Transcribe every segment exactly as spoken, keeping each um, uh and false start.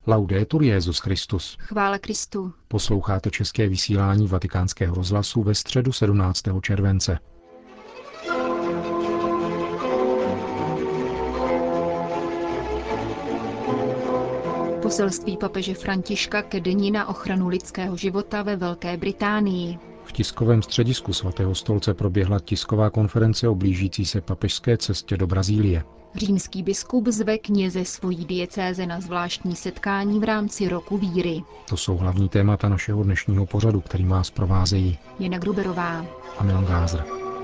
Laudetur Jesus Christus. Chvála Kristu. Posloucháte české vysílání Vatikánského rozhlasu ve středu sedmnáctého července. Poselství papeže Františka ke dni na ochranu lidského života ve Velké Británii. V tiskovém středisku svatého stolce proběhla tisková konference o blížící se papežské cestě do Brazílie. Římský biskup zve kněze svojí diecéze na zvláštní setkání v rámci roku víry. To jsou hlavní témata našeho dnešního pořadu, který vás provázejí Jana Gruberová a Milan Glázer.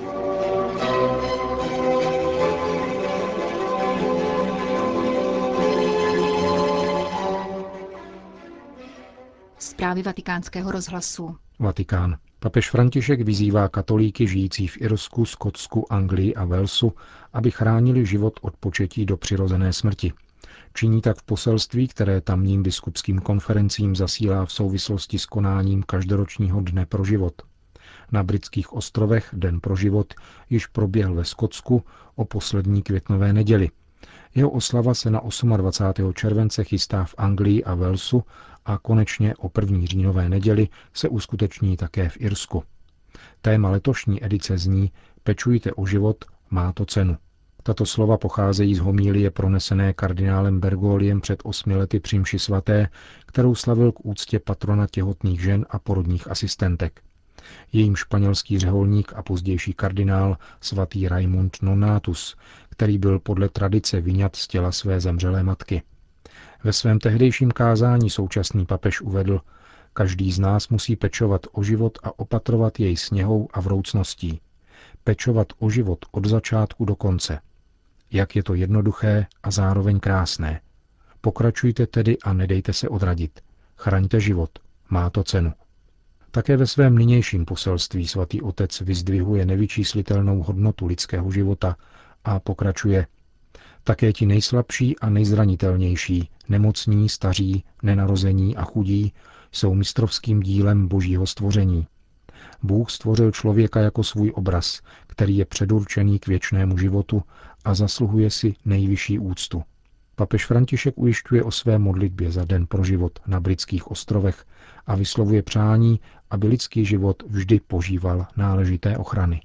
Zprávy Vatikánského rozhlasu. Vatikán. Papež František vyzývá katolíky žijící v Irsku, Skotsku, Anglii a Walesu, aby chránili život od početí do přirozené smrti. Činí tak v poselství, které tamním biskupským konferencím zasílá v souvislosti s konáním každoročního Dne pro život. Na Britských ostrovech Den pro život již proběhl ve Skotsku o poslední květnové neděli. Jeho oslava se na dvacátého osmého července chystá v Anglii a Walesu a konečně o první říjnové neděli se uskuteční také v Irsku. Téma letošní edice zní Pečujte o život, má to cenu. Tato slova pocházejí z homilie pronesené kardinálem Bergoliem před osmi lety při mši svaté, kterou slavil k úctě patrona těhotných žen a porodních asistentek. Jejím španělský řeholník a pozdější kardinál svatý Raimund Nonatus, který byl podle tradice vyňat z těla své zemřelé matky. Ve svém tehdejším kázání současný papež uvedl, každý z nás musí pečovat o život a opatrovat jej sněhou a vroucností. Pečovat o život od začátku do konce. Jak je to jednoduché a zároveň krásné. Pokračujte tedy a nedejte se odradit. Chraňte život, má to cenu. Také ve svém nynějším poselství svatý otec vyzdvihuje nevyčíslitelnou hodnotu lidského života a pokračuje. Také ti nejslabší a nejzranitelnější, nemocní, staří, nenarození a chudí jsou mistrovským dílem božího stvoření. Bůh stvořil člověka jako svůj obraz, který je předurčený k věčnému životu a zasluhuje si nejvyšší úctu. Papež František ujišťuje o své modlitbě za Den pro život na Britských ostrovech a vyslovuje přání, aby lidský život vždy požíval náležité ochrany.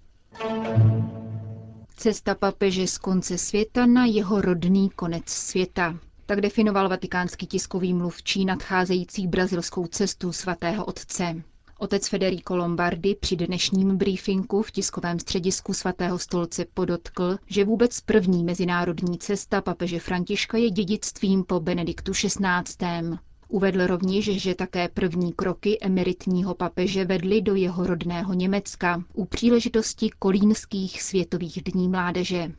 Cesta papeže z konce světa na jeho rodný konec světa. Tak definoval vatikánský tiskový mluvčí nadcházející brazilskou cestu svatého otce. Otec Federico Lombardi při dnešním briefingu v tiskovém středisku svatého stolce podotkl, že vůbec první mezinárodní cesta papeže Františka je dědictvím po Benediktu šestnáctém. Uvedl rovněž, že také první kroky emeritního papeže vedly do jeho rodného Německa u příležitosti kolínských světových dní mládeže.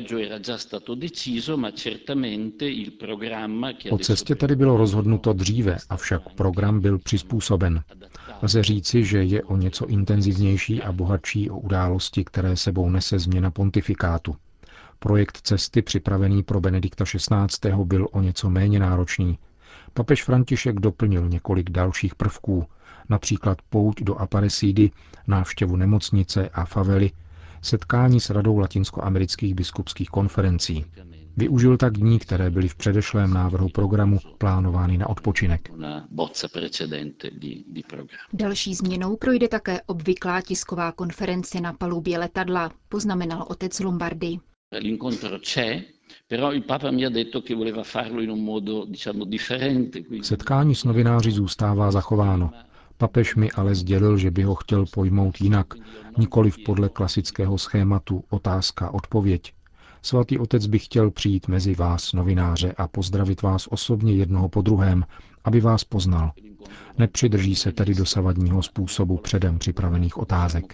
O cestě tedy bylo rozhodnuto dříve, avšak program byl přizpůsoben. Lze říci, že je o něco intenzivnější a bohatší o události, které sebou nese změna pontifikátu. Projekt cesty připravený pro Benedikta šestnáctého byl o něco méně náročný. Papež František doplnil několik dalších prvků, například pouť do Aparecidy, návštěvu nemocnice a favely, setkání s Radou latinskoamerických biskupských konferencí. Využil tak dní, které byly v předešlém návrhu programu plánovány na odpočinek. Další změnou projde také obvyklá tisková konference na palubě letadla, poznamenal otec Lombardi. Setkání s novináři zůstává zachováno. Papež mi ale sdělil, že by ho chtěl pojmout jinak, nikoliv podle klasického schématu otázka-odpověď. Svatý otec by chtěl přijít mezi vás, novináře, a pozdravit vás osobně jednoho po druhém, aby vás poznal. Nepřidrží se tedy dosavadního způsobu předem připravených otázek.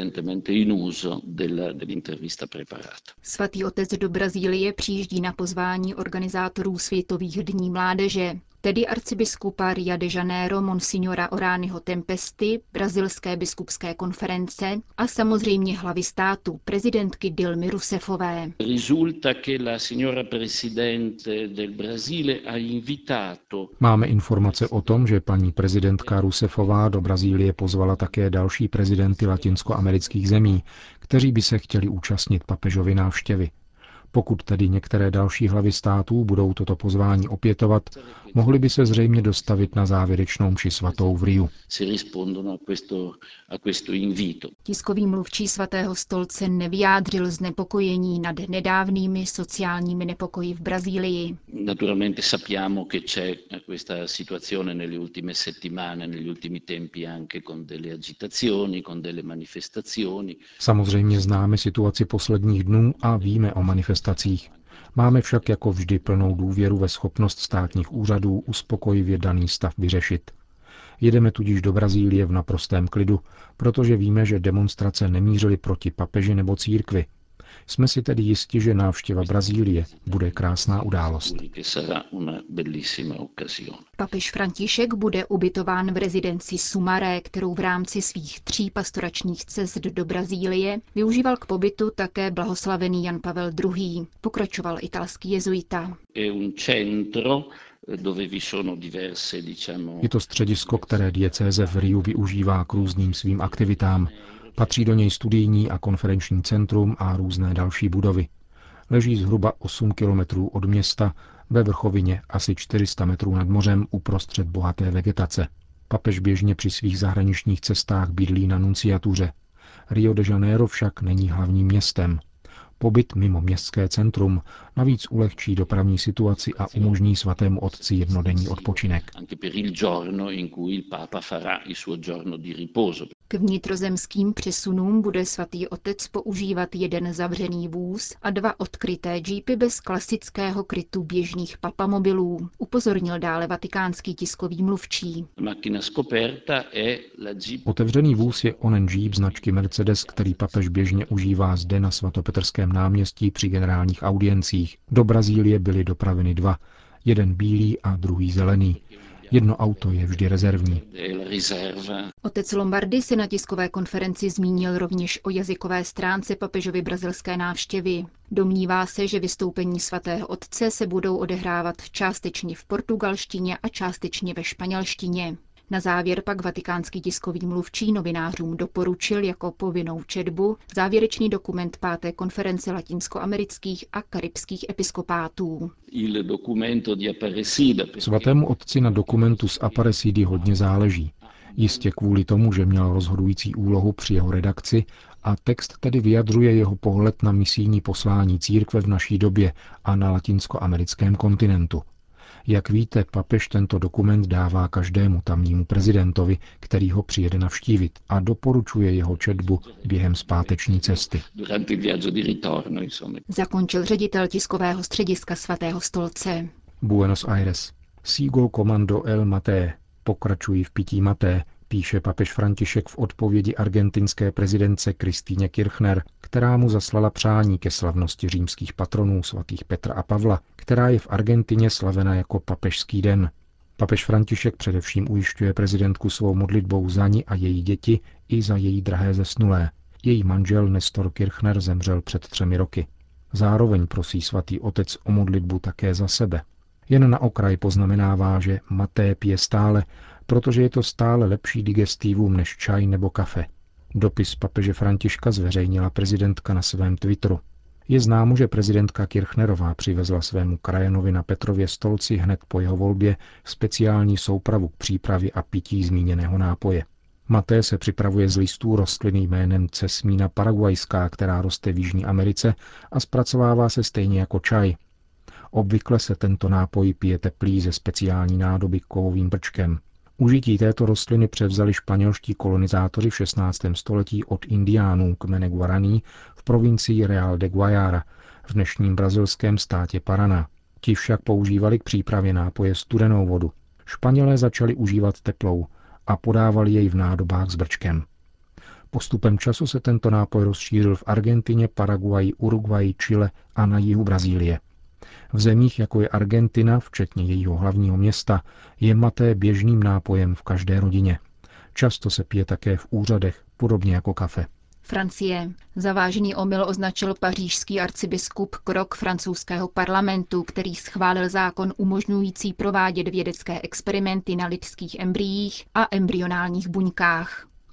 Svatý otec do Brazílie přijíždí na pozvání organizátorů Světových dní mládeže, tedy arcibiskupa Ria de Janeiro Monsignora Orányho Tempesty, brazilské biskupské konference a samozřejmě hlavy státu, prezidentky Dilmy Rousseffové. Máme informace o tom, že paní prezidentka Rousseffová do Brazílie pozvala také další prezidenty latinskoamerických zemí, kteří by se chtěli účastnit papežovy návštěvy. Pokud tedy některé další hlavy států budou toto pozvání opětovat, Mohli by se zřejmě dostavit na závěrečnou mši svatou v Riu. Tiskový mluvčí Svatého stolce nevyjádřil znepokojení nad nedávnými sociálními nepokoji v Brazílii. Samozřejmě známe situaci posledních dnů a víme o manifestacích. Máme však jako vždy plnou důvěru ve schopnost státních úřadů uspokojivě daný stav vyřešit. Jedeme tudíž do Brazílie v naprostém klidu, protože víme, že demonstrace nemířily proti papeži nebo církvi. Jsme si tedy jisti, že návštěva Brazílie bude krásná událost. Papež František bude ubytován v rezidenci Sumaré, kterou v rámci svých tří pastoračních cest do Brazílie využíval k pobytu také blahoslavený Jan Pavel druhý., pokračoval italský jezuita. Je to středisko, které diecéze v Riu využívá k různým svým aktivitám. Patří do něj studijní a konferenční centrum a různé další budovy. Leží zhruba osm kilometrů od města, ve vrchovině asi čtyři sta metrů nad mořem uprostřed bohaté vegetace. Papež běžně při svých zahraničních cestách bydlí na nunciatuře. Rio de Janeiro však není hlavním městem. Pobyt mimo městské centrum navíc ulehčí dopravní situaci a umožní svatému otci jednodenní odpočinek. K vnitrozemským přesunům bude svatý otec používat jeden zavřený vůz a dva odkryté džípy bez klasického krytu běžných papamobilů, upozornil dále vatikánský tiskový mluvčí. Otevřený vůz je onen džíp značky Mercedes, který papež běžně užívá zde na svatopetrském náměstí při generálních audiencích. Do Brazílie byly dopraveny dva, jeden bílý a druhý zelený. Jedno auto je vždy rezervní. Otec Lombardy se na tiskové konferenci zmínil rovněž o jazykové stránce papežovy brazilské návštěvy. Domnívá se, že vystoupení svatého otce se budou odehrávat částečně v portugalštině a částečně ve španělštině. Na závěr pak vatikánský tiskový mluvčí novinářům doporučil jako povinnou četbu závěrečný dokument páté konference latinskoamerických a karibských episkopátů. Svatému otci na dokumentu z Aparecidy hodně záleží. Jistě kvůli tomu, že měl rozhodující úlohu při jeho redakci a text tedy vyjadřuje jeho pohled na misijní poslání církve v naší době a na latinskoamerickém kontinentu. Jak víte, papež tento dokument dává každému tamnímu prezidentovi, který ho přijede navštívit, a doporučuje jeho četbu během zpáteční cesty. Zakončil ředitel tiskového střediska Svatého stolce. Buenos Aires. Sigo comando el maté. Pokračují v pití maté, píše papež František v odpovědi argentinské prezidentce Kristýně Kirchner, která mu zaslala přání ke slavnosti římských patronů svatých Petra a Pavla, která je v Argentině slavena jako papežský den. Papež František především ujišťuje prezidentku svou modlitbou za ní a její děti i za její drahé zesnulé. Její manžel Nestor Kirchner zemřel před třemi roky. Zároveň prosí svatý otec o modlitbu také za sebe. Jen na okraj poznamenává, že maté pije stále, protože je to stále lepší digestivum než čaj nebo kafe. Dopis papeže Františka zveřejnila prezidentka na svém Twitteru. Je známo, že prezidentka Kirchnerová přivezla svému krajanovi na Petrově stolci hned po jeho volbě speciální soupravu k přípravě a pití zmíněného nápoje. Maté se připravuje z listů rostliny jménem Cesmina paraguajská, která roste v Jižní Americe a zpracovává se stejně jako čaj. Obvykle se tento nápoj pije teplý ze speciální nádoby kovovým brčkem. Užití této rostliny převzali španělští kolonizátoři v šestnáctém století od indiánů kmene Guaraní v provincii Real de Guayara v dnešním brazilském státě Paraná. Ti však používali k přípravě nápoje studenou vodu. Španělé začali užívat teplou a podávali jej v nádobách s brčkem. Postupem času se tento nápoj rozšířil v Argentině, Paraguaji, Uruguayi, Chile a na jihu Brazílie. V zemích, jako je Argentina, včetně jejího hlavního města, je maté běžným nápojem v každé rodině. Často se pije také v úřadech, podobně jako kafe. Francie. Za vážný omyl označil pařížský arcibiskup krok francouzského parlamentu, který schválil zákon umožňující provádět vědecké experimenty na lidských embryích a embryonálních buňkách.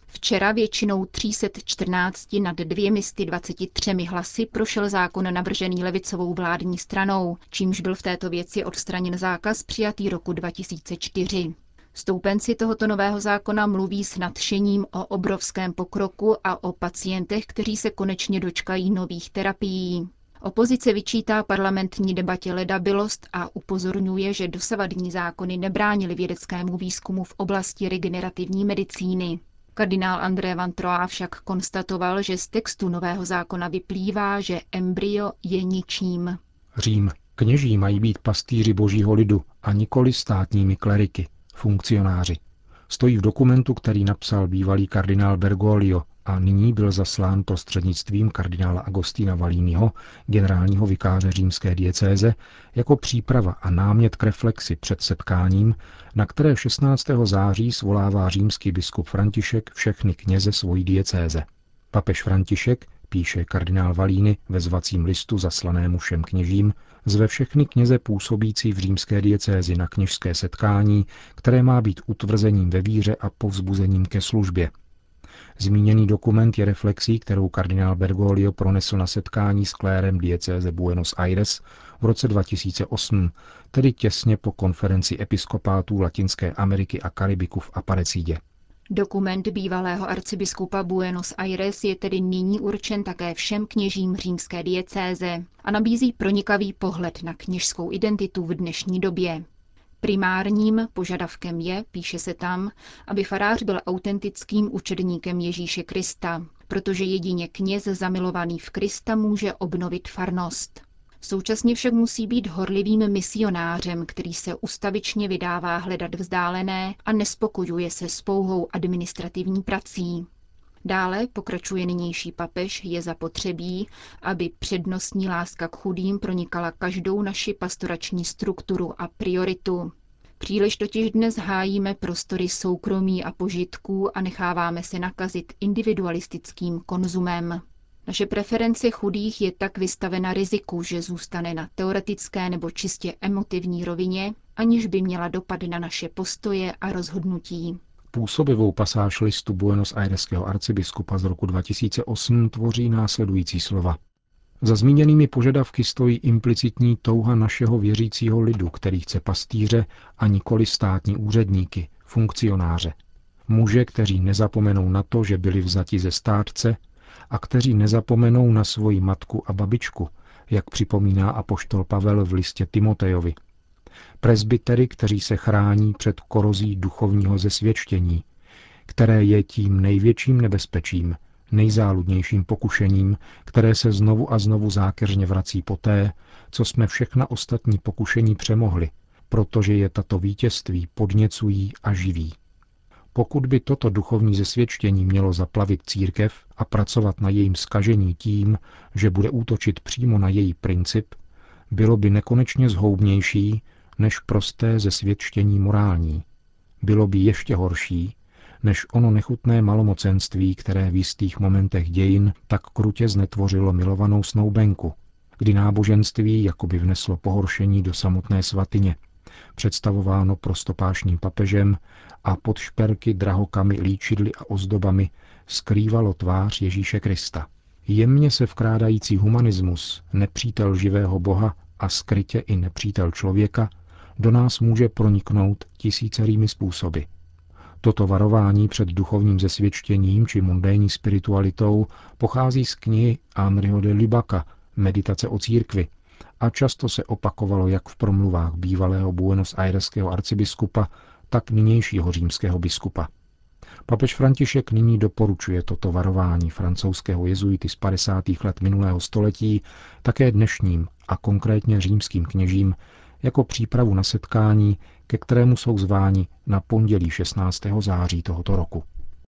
Včera většinou tři sta čtrnáct nad dvěma sty dvaceti třemi hlasy prošel zákon navržený levicovou vládní stranou, čímž byl v této věci odstraněn zákaz přijatý roku dva tisíce čtyři. Stoupenci tohoto nového zákona mluví s nadšením o obrovském pokroku a o pacientech, kteří se konečně dočkají nových terapií. Opozice vyčítá parlamentní debatě ledabylost a upozorňuje, že dosavadní zákony nebránily vědeckému výzkumu v oblasti regenerativní medicíny. Kardinál André Van Troa však konstatoval, že z textu nového zákona vyplývá, že embryo je ničím. Řím. Kněží mají být pastýři božího lidu a nikoli státními kleriky, funkcionáři. Stojí v dokumentu, který napsal bývalý kardinál Bergoglio a nyní byl zaslán prostřednictvím kardinála Agostina Valiniho, generálního vikáře římské diecéze, jako příprava a námět k reflexi před setkáním, na které šestnáctého září svolává římský biskup František všechny kněze svojí diecéze. Papež František, píše kardinál Valini ve zvacím listu zaslanému všem kněžím, zve všechny kněze působící v římské diecézi na kněžské setkání, které má být utvrzením ve víře a povzbuzením ke službě. Zmíněný dokument je reflexí, kterou kardinál Bergoglio pronesl na setkání s klérem diecéze Buenos Aires v roce dva tisíce osm, tedy těsně po konferenci episkopátů Latinské Ameriky a Karibiku v Aparecidě. Dokument bývalého arcibiskupa Buenos Aires je tedy nyní určen také všem kněžím římské diecéze a nabízí pronikavý pohled na kněžskou identitu v dnešní době. Primárním požadavkem je, píše se tam, aby farář byl autentickým učedníkem Ježíše Krista, protože jedině kněz zamilovaný v Krista může obnovit farnost. Současně však musí být horlivým misionářem, který se ustavičně vydává hledat vzdálené a nespokojuje se s pouhou administrativní prací. Dále, pokračuje nynější papež, je zapotřebí, aby přednostní láska k chudým pronikala každou naši pastorační strukturu a prioritu. Příliš totiž dnes hájíme prostory soukromí a požitků a necháváme se nakazit individualistickým konzumem. Naše preference chudých je tak vystavena riziku, že zůstane na teoretické nebo čistě emotivní rovině, aniž by měla dopad na naše postoje a rozhodnutí. Působivou pasáž listu Buenos Aireského arcibiskupa z roku dva tisíce osm tvoří následující slova. Za zmíněnými požadavky stojí implicitní touha našeho věřícího lidu, který chce pastýře a nikoli státní úředníky, funkcionáře. Muže, kteří nezapomenou na to, že byli vzati ze státce, a kteří nezapomenou na svoji matku a babičku, jak připomíná apoštol Pavel v listě Timotejovi. Presbytery, kteří se chrání před korozí duchovního zesvědčení, které je tím největším nebezpečím, nejzáludnějším pokušením, které se znovu a znovu zákeřně vrací poté, co jsme všechna ostatní pokušení přemohli, protože je tato vítězství podněcují a živí. Pokud by toto duchovní zesvědčení mělo zaplavit církev a pracovat na jejím zkažení tím, že bude útočit přímo na její princip, bylo by nekonečně zhoubnější než prosté zesvědčení morální. Bylo by ještě horší, než ono nechutné malomocenství, které v jistých momentech dějin tak krutě znetvořilo milovanou snoubenku, kdy náboženství jakoby vneslo pohoršení do samotné svatyně, představováno prostopášním papežem a pod šperky, drahokamy, líčidly a ozdobami skrývalo tvář Ježíše Krista. Jemně se vkrádající humanismus, nepřítel živého Boha a skrytě i nepřítel člověka, do nás může proniknout tisícerými způsoby. Toto varování před duchovním zesvědčením či mundénní spiritualitou pochází z knihy Henryho de Lubaka Meditace o církvi a často se opakovalo jak v promluvách bývalého Buenos Aireského arcibiskupa, tak nynějšího římského biskupa. Papež František nyní doporučuje toto varování francouzského jezuity z padesátých let minulého století také dnešním a konkrétně římským kněžím jako přípravu na setkání, ke kterému jsou zváni na pondělí šestnáctého září tohoto roku.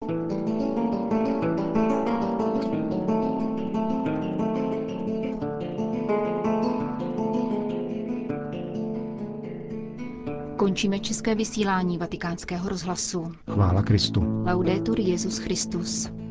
Končíme české vysílání Vatikánského rozhlasu. Chvála Kristu. Laudetur Jesus Christus.